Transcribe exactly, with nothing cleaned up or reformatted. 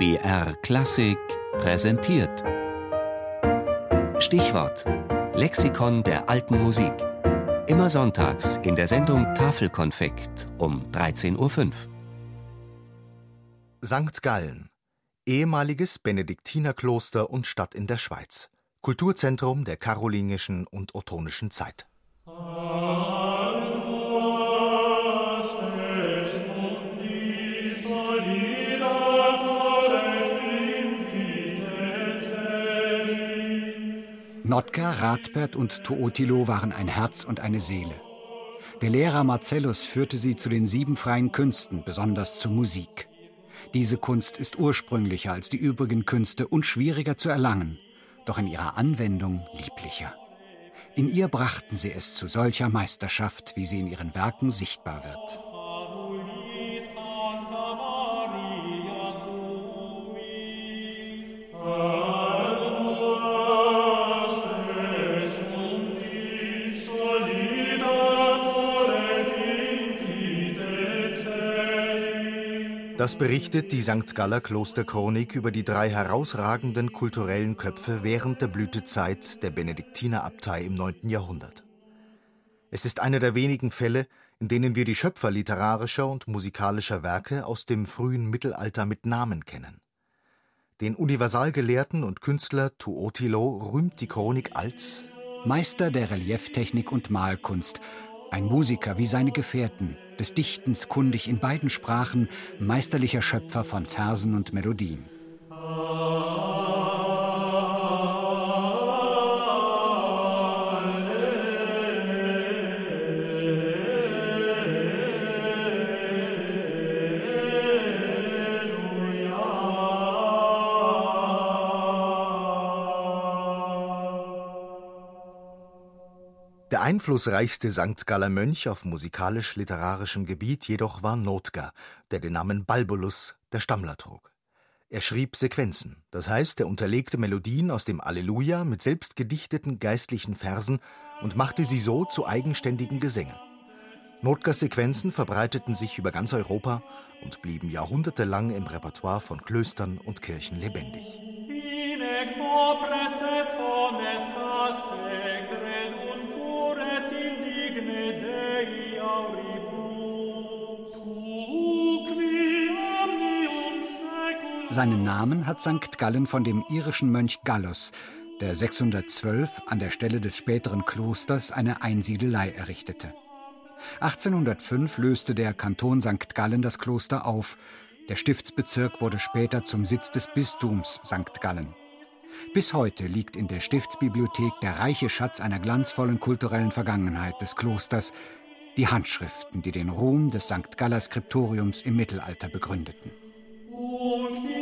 B R Klassik präsentiert. Stichwort: Lexikon der alten Musik. Immer sonntags in der Sendung Tafelkonfekt um dreizehn Uhr fünf. Sankt Gallen, ehemaliges Benediktinerkloster und Stadt in der Schweiz. Kulturzentrum der karolingischen und ottonischen Zeit. Notker, Radbert und Tuotilo waren ein Herz und eine Seele. Der Lehrer Marcellus führte sie zu den sieben freien Künsten, besonders zur Musik. Diese Kunst ist ursprünglicher als die übrigen Künste und schwieriger zu erlangen, doch in ihrer Anwendung lieblicher. In ihr brachten sie es zu solcher Meisterschaft, wie sie in ihren Werken sichtbar wird. Das berichtet die Sankt Galler Klosterchronik über die drei herausragenden kulturellen Köpfe während der Blütezeit der Benediktinerabtei im neunten Jahrhundert. Es ist einer der wenigen Fälle, in denen wir die Schöpfer literarischer und musikalischer Werke aus dem frühen Mittelalter mit Namen kennen. Den Universalgelehrten und Künstler Tuotilo rühmt die Chronik als Meister der Relieftechnik und Malkunst, ein Musiker wie seine Gefährten, des Dichtens kundig in beiden Sprachen, meisterlicher Schöpfer von Versen und Melodien. Der einflussreichste Sankt Galler Mönch auf musikalisch-literarischem Gebiet jedoch war Notker, der den Namen Balbulus, der Stammler, trug. Er schrieb Sequenzen, das heißt, er unterlegte Melodien aus dem Alleluja mit selbst gedichteten geistlichen Versen und machte sie so zu eigenständigen Gesängen. Notkers Sequenzen verbreiteten sich über ganz Europa und blieben jahrhundertelang im Repertoire von Klöstern und Kirchen lebendig. Seinen Namen hat Sankt Gallen von dem irischen Mönch Gallus, der sechshundertzwölf an der Stelle des späteren Klosters eine Einsiedelei errichtete. achtzehnhundertfünf löste der Kanton Sankt Gallen das Kloster auf. Der Stiftsbezirk wurde später zum Sitz des Bistums Sankt Gallen. Bis heute liegt in der Stiftsbibliothek der reiche Schatz einer glanzvollen kulturellen Vergangenheit des Klosters, die Handschriften, die den Ruhm des Sankt Galler Skriptoriums im Mittelalter begründeten. Und die